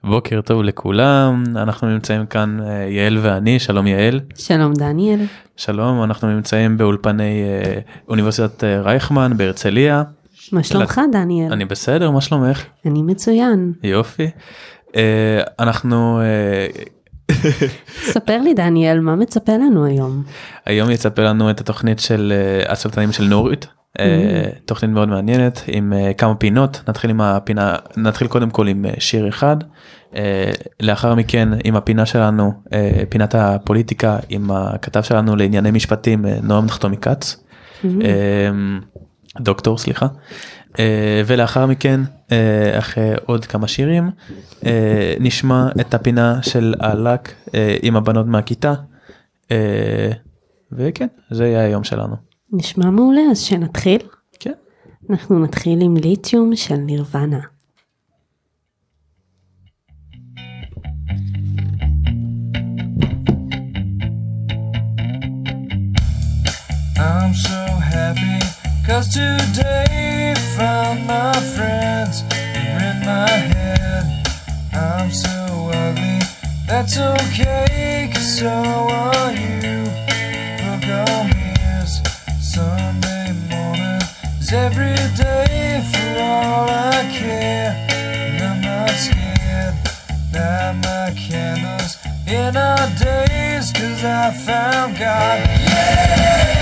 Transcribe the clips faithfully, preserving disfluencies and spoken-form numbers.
בוקר טוב לכולם, אנחנו נמצאים כאן יעל ואני, שלום יעל. שלום דניאל. שלום, אנחנו נמצאים באולפני אוניברסיטת רייכמן בהרצליה. מה שלומך דניאל? אני בסדר, מה שלומך? אני מצוין. יופי. אנחנו... ספר לי דניאל, מה מצפה לנו היום? היום יצפה לנו את התוכנית של הסולטנים של נורית. תוכנית מאוד מעניינת עם כמה פינות. נתחיל עם הפינה, נתחיל קודם כל עם שיר אחד, לאחר מכן עם הפינה שלנו, פינת הפוליטיקה, עם הכתב שלנו לענייני משפטים, נועם נחתומי כץ, דוקטור סליחה, ולאחר מכן אחרי עוד כמה שירים נשמע את הפינה של הלק עם הבנות מהכיתה, וכן, זה יהיה היום שלנו. נשמע מעולה, אז שנתחיל? כן. אנחנו נתחיל עם ליתיום של נירוונה. I'm so happy cause today found my friends are in my head. I'm so ugly, that's okay cause so are you. Look on me, Sunday morning is every day for all I care, and I'm not scared. Light my candles in our days cause I found God. Yeah!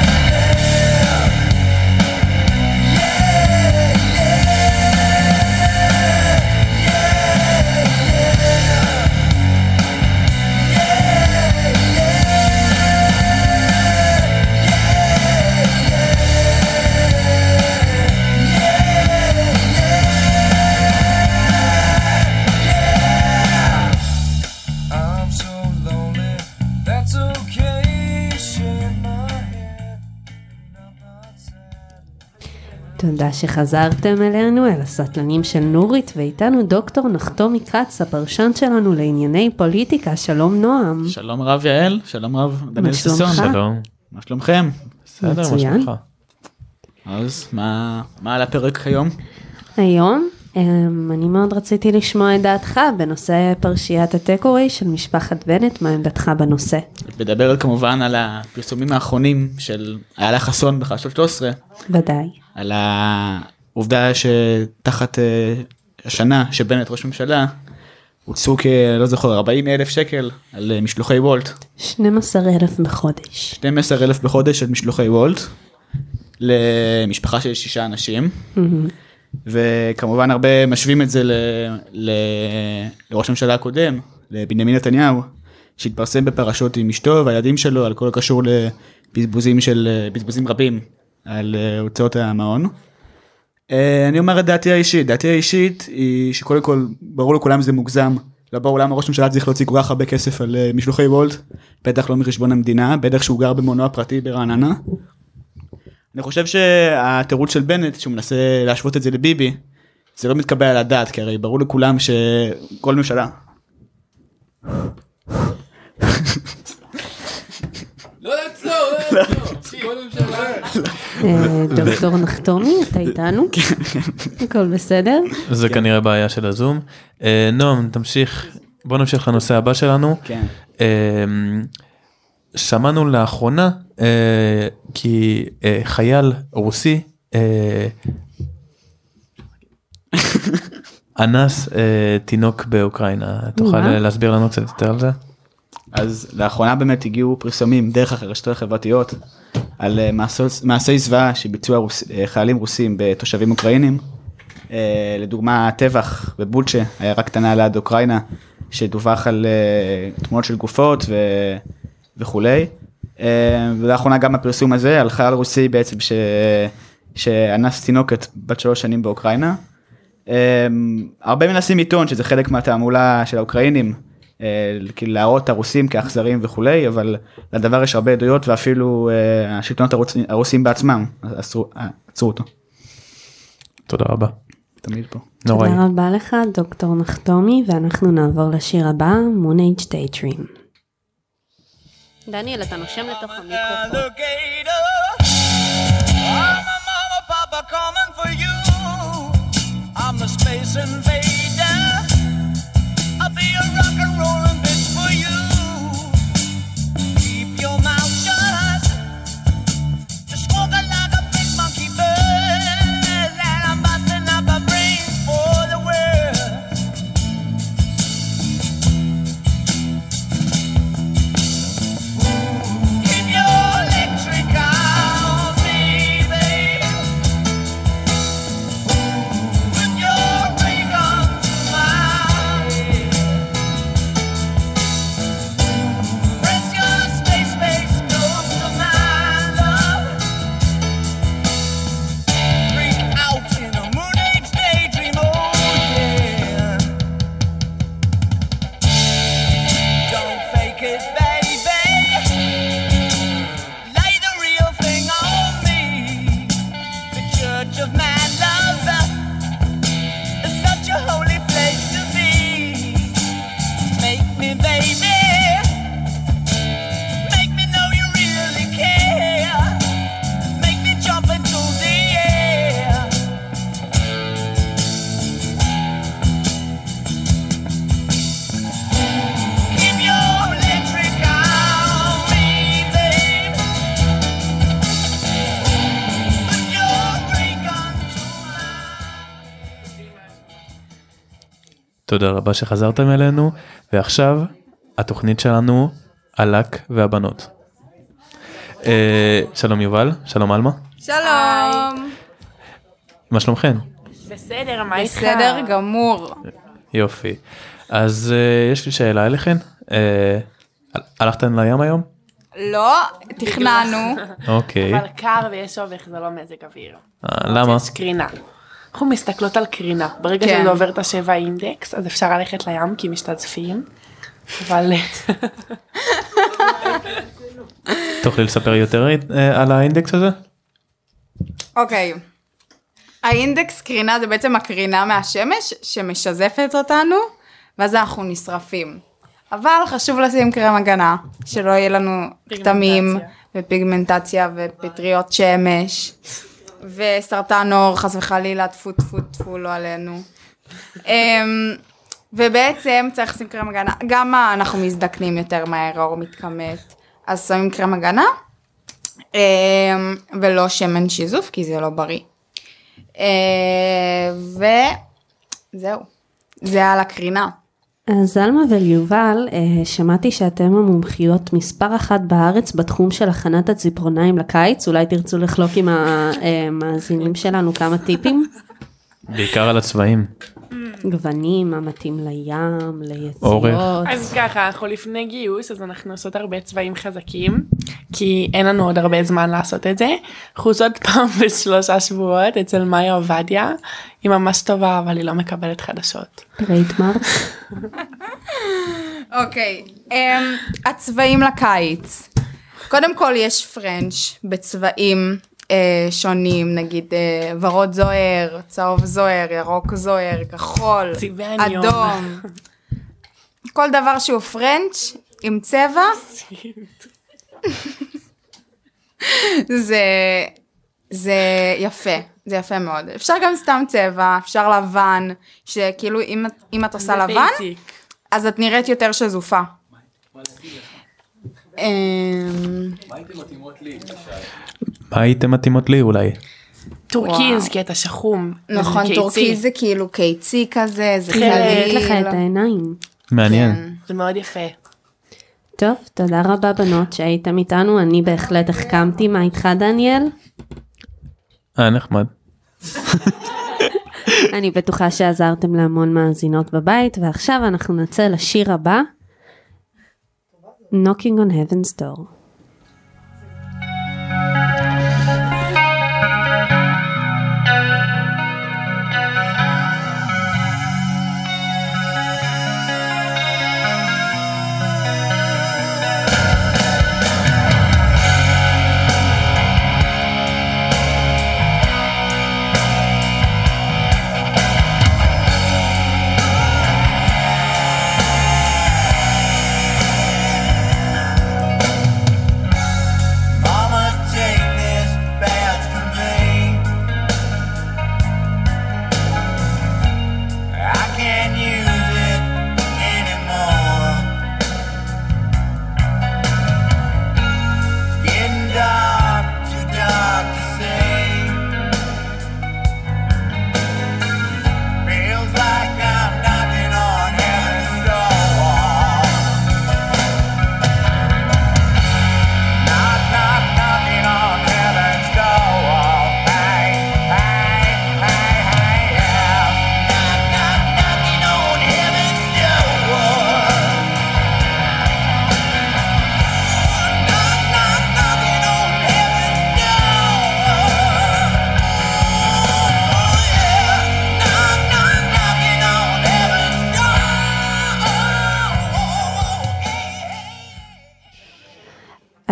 תודה שחזרתם אלינו, אל הסטלנים של נורית, ואיתנו דוקטור נחתומי כץ, הפרשן שלנו לענייני פוליטיקה. שלום נועם. שלום רב יעל, שלום רב דניאל ששון. שלום. מה שלומכם? בסדר, מה שלומך? אז מה, מה על הפרק היום? היום, אני מאוד רציתי לשמוע את דעתך בנושא פרשיית הטקווי של משפחת בנט, מה עמדתך בנושא? מדבר כמובן על הפרסומים האחרונים של איילה חסון בחדשות שלוש עשרה. ודאי. על העובדה שתחת השנה שבנט ראש ממשלה, הוצאו כלא זוכר ארבעים אלף שקל על משלוחי וולט. שנים עשר אלף בחודש. שנים עשר אלף בחודש על משלוחי וולט, למשפחה של שישה אנשים. וכמובן הרבה משווים את זה ל, ל, לראש הממשלה הקודם, לבנימין נתניהו, שהתפרסם בפרשות עם אשתו והילדים שלו על כל הקשור לבזבוזים של, בזבוזים רבים על הוצאות המעון. אני אומר את דעתי האישית, דעתי האישית היא שקודם כל ברור לכולם זה מוגזם, לא ברור למה ראש הממשלה צריך להוציא כל כך הרבה כסף על משלוחי וולט, בטח לא מחשבון המדינה, בטח שהוא גר במעונו פרטי ברעננה. אני חושב שהתירוץ של בנט, שהוא מנסה להשוות את זה לביבי, זה לא מתקבל על הדעת, כי הרי ברור לכולם שכל ממשלה... לא לעצור, לא לעצור, כל ממשלה... דוקטור נחתומי, אתה איתנו? הכל בסדר? זה כנראה בעיה של הזום. נועם, תמשיך, בוא נמשיך לנושא הבא שלנו. כן. שמענו לאחרונה אה, כי אה, חייל רוסי אה, אנס אה, תינוק באוקראינה. תוכל להסביר לנו קצת יותר על זה? אז לאחרונה באמת הגיעו פרסומים דרך הרשתות החברתיות על אה, מעשי זוועה שביצעו הרוס, אה, חיילים רוסים בתושבים אוקראינים. אה, לדוגמה טבח בבולצ'ה, עיירה קטנה ליד אוקראינה, שדווח על אה, תמונות של גופות ו... וכולי, ולאחרונה גם הפרסום הזה על חייל רוסי בעצם ש... שאנס תינוקת בת שלוש שנים באוקראינה. הרבה מנסים עיתון שזה חלק מהתעמולה של האוקראינים, כאילו להראות את הרוסים כאכזרים וכולי, אבל לדבר יש הרבה עדויות ואפילו השלטונות הרוסים בעצמם עצרו אותו. תודה רבה. תמיד פה. נוראי. תודה רבה לך דוקטור נחתומי, ואנחנו נעבור לשיר הבא, Moon Age Daydream. דניאל, אתה נושם לתוך המיקרופון. I'm a mama, papa coming for you. I'm the space invader. Up be a rock and rollin' bitch for you. Keep your mouth shut. Just walking like a big monkey bird. And I'm busting up a brains for the world. Keep your electric on me, baby. Put your ray gun to my head. Press your space space nose to my love. Freak out in a moon age daydream, oh yeah. Don't fake it, baby. Lay the real thing on me. The church of man love is such a holy place to be. Make me, baby. Make me know you really care. Make me jump into the air. Keep your electric on me, babe. Put your ray gun to my. תודה רבה שחזרתם אלינו, ועכשיו התוכנית שלנו, הלק והבנות. אה, שלום יובל, שלום אלמה, שלום. מה שלומכן? בסדר, מה איתך? בסדר גמור. יופי. אז אה, יש לי שאלה אליכן, אה, הל- הלכתן לים היום? לא, תכננו. אוקיי, אבל קר ויש אובך, זה לא מזג אוויר. אה, למה? יש קרינה. אנחנו מסתכלות על קרינה. ברגע כן. שזה עובר את השבע אינדקס, אז אפשר ללכת לים כי משתזפים. אבל תוכלי לספר יותר אה, על האינדקס הזה? אוקיי. האינדקס קרינה זה בעצם הקרינה מהשמש שמשזפת אותנו, ואז אנחנו נשרפים. אבל חשוב לשים קרם הגנה, שלא יהיה לנו כתמים ופיגמנטציה ופטריות שמש, וסרטן עור, חס וחלילה, טפו טפו טפו לא עלינו. אמ, ובעצם צריך לשים קרם הגנה, גם מה, אנחנו מזדקנים יותר מהר, העור מתכמת, אז שמים קרם הגנה, אמ, ולא שמן שיזוף, כי זה לא בריא. אמ, וזהו, זה על הקרינה. אז אלמה וליובל, אה, שמעתי שאתם המומחיות מספר אחת בארץ בתחום של הכנת הציפורניים לקיץ, אולי תרצו לחלוק עם המאזינים שלנו כמה טיפים? בעיקר על הצבעים. גוונים, המתאים לים, אורך. ליצירות. אז ככה, אנחנו לפני גיוס, אז אנחנו עושות הרבה צבעים חזקים, כי אין לנו עוד הרבה זמן לעשות את זה. אנחנו עושות פעם בשלושה שבועות אצל מאיה עובדיה, היא ממש טובה, אבל היא לא מקבלת חדשות. גרייט מרק. אוקיי, אמ, הצבעים לקיץ. קודם כל יש פרנץ' בצבעים אה, שונים, נגיד אה, ורוד זוהר, צהוב זוהר, ירוק זוהר, כחול, צבעי הניון. אדום. כל דבר שהוא פרנץ' עם צבע, זה, זה יפה, זה יפה מאוד. אפשר גם סתם צבע, אפשר לבן, שכאילו אם, את- אם את עושה זה לבן, basic. אז את נראית יותר שזופה. אמ, מה הייתם מתאימות לי אולי? טורקיז, כי אתה שחום. נכון, וזה טורקי קיצי. זה כאילו קיצי כזה, זה תראה קליל. לך את העיניים. מעניין. זה מאוד יפה. טוב, תודה רבה בנות שהייתם איתנו, אני בהחלט החכמתי. מה איתך דניאל? אה, נחמד. אני בטוחה שעזרתם להמון מאזינות בבית, ועכשיו אנחנו נצא לשיר הבא, Knocking on Heaven's Door. Keep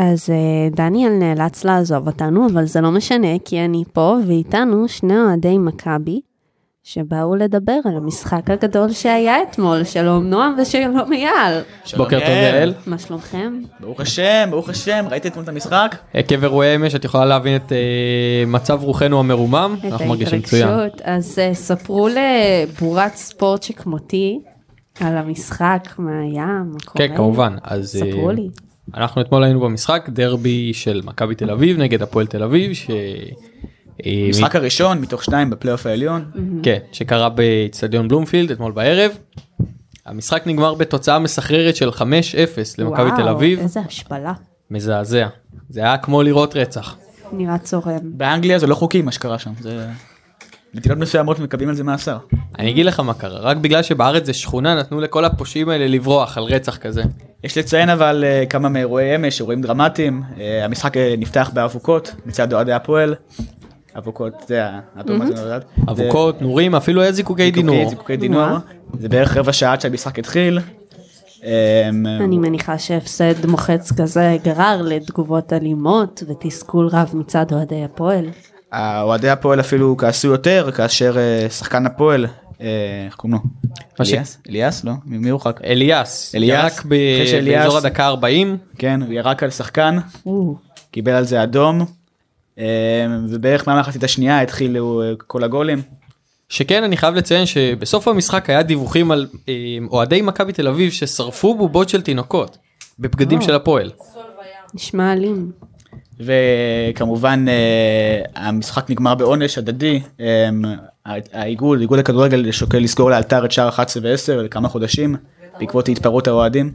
אז דניאל נאלץ לעזוב אותנו, אבל זה לא משנה, כי אני פה, ואיתנו שני אוהדי מכבי, שבאו לדבר על המשחק הגדול שהיה אתמול. שלום נועם ושלום אייל. בוקר טוב יעל. מה שלומכם? ברוך השם, ברוך השם, ראיתי אתמול את המשחק? עקב אירועי אמש, את יכולה להבין את uh, מצב רוחנו המרומם, אנחנו מרגישים מצוין. אז uh, ספרו לבורת ספורט שכמותי, על המשחק, מה היה, מה קורה. כן, כמובן. אז ספרו לי. אנחנו אתמול היינו במשחק, דרבי של מכבי תל אביב נגד הפועל תל אביב, ש... משחק הראשון מתוך שניים בפלייאוף העליון. כן, שקרה באצטדיון בלומפילד אתמול בערב. המשחק נגמר בתוצאה מסחררת של חמש אפס למכבי תל אביב. וואו, איזה השפלה. מזעזע. זה היה כמו לראות רצח. נראה צורם. באנגליה זה לא חוקי מה שקרה שם. זה... מדינות מסוימות מקבלים על זה מאסר. אני אגיד לך מה קרה, רק בגלל שבארץ זה שכונה נתנו לכל הפושעים האלה לברוח על רצח כזה. יש לציין אבל uh, כמה מאירועי אמש, אירועים דרמטיים. Uh, המשחק uh, נפתח באבוקות מצד אוהדי הפועל. אבוקות זה האדום הזה נולד. אבוקות, נורים, אפילו היה זיקוקי דינור. זיקוקי דינור. זה בערך רבע שעה שהמשחק התחיל. אני מניחה שהפסד מוחץ כזה גרר לתגובות אלימות ותסכול רב מצד אוהדי הפועל. אוהדי הפועל אפילו כעסו יותר כאשר שחקן הפועל, איך קוראים לו? אליאס? אליאס? לא? מי הוא חק? אליאס. ירק באזור הדקה ארבעים. כן, הוא ירק על שחקן, קיבל על זה אדום, ובערך מהמחצית השנייה התחילו כל הגולים. שכן, אני חייב לציין שבסוף המשחק היה דיווחים על אוהדי מכבי תל אביב ששרפו בובות של תינוקות בבגדים של הפועל. נשמע אלים. וכמובן המשחק נגמר בעונש הדדי. האיגוד, איגוד הכדורגל שוקל לסגור לאלתר את שער אחת עשרה ועשר לכמה חודשים בעקבות התפרעות האוהדים.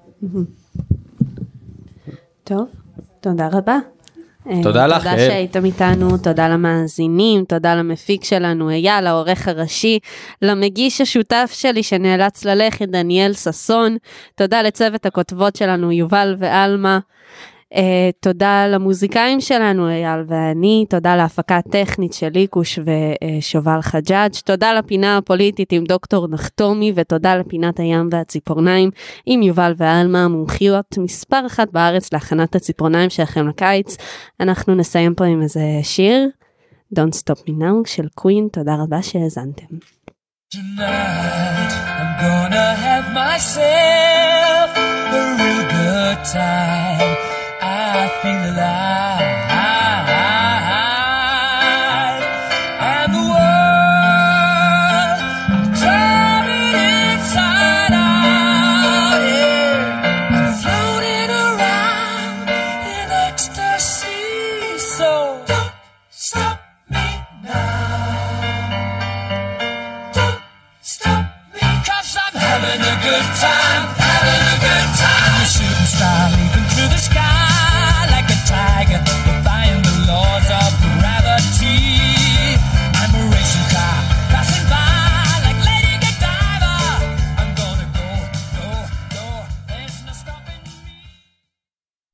טוב, תודה רבה. תודה לך. תודה שהייתם איתנו, תודה למאזינים, תודה למפיק שלנו אייל, העורך הראשי, למגיש השותף שלי שנאלץ ללכת, דניאל ססון, תודה לצוות הכותבות שלנו יובל ואלמה, Uh, תודה למוזיקאים שלנו אייל ואני, תודה להפקה טכנית של ליקוש ושובל חג'אג', תודה לפינה הפוליטית עם דוקטור נחתומי, ותודה לפינת הים והציפורניים עם יובל ואלמה, מומחיות מספר אחת בארץ להכנת הציפורניים שלכם לקיץ. אנחנו נסיים פה עם איזה שיר, Don't Stop Me Now של קווין. תודה רבה שהאזנתם. Tonight I'm gonna have myself a real good time. I feel alive.